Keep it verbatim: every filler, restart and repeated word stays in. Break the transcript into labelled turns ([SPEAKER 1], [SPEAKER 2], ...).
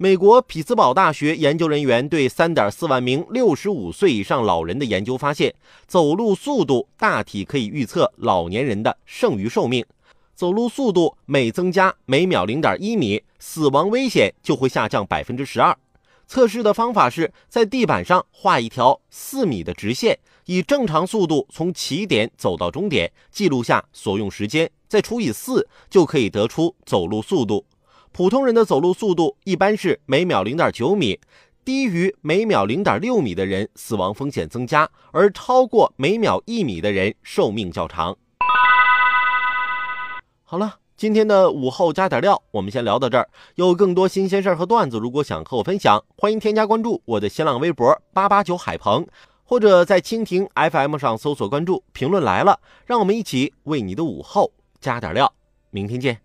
[SPEAKER 1] 美国匹兹堡大学研究人员对 三点四万名六十五岁以上老人的研究发现，走路速度大体可以预测老年人的剩余寿命。走路速度每增加每秒 零点一米，死亡危险就会下降 百分之十二。测试的方法是在地板上画一条四米的直线，以正常速度从起点走到终点，记录下所用时间，再除以四，就可以得出走路速度。普通人的走路速度一般是每秒 零点九米，低于每秒 零点六米的人死亡风险增加，而超过每秒一米的人寿命较长。好了，今天的午后加点料我们先聊到这儿，有更多新鲜事儿和段子，如果想和我分享，欢迎添加关注我的新浪微博八八九海鹏，或者在蜻蜓 F M 上搜索关注评论来了，让我们一起为你的午后加点料。明天见。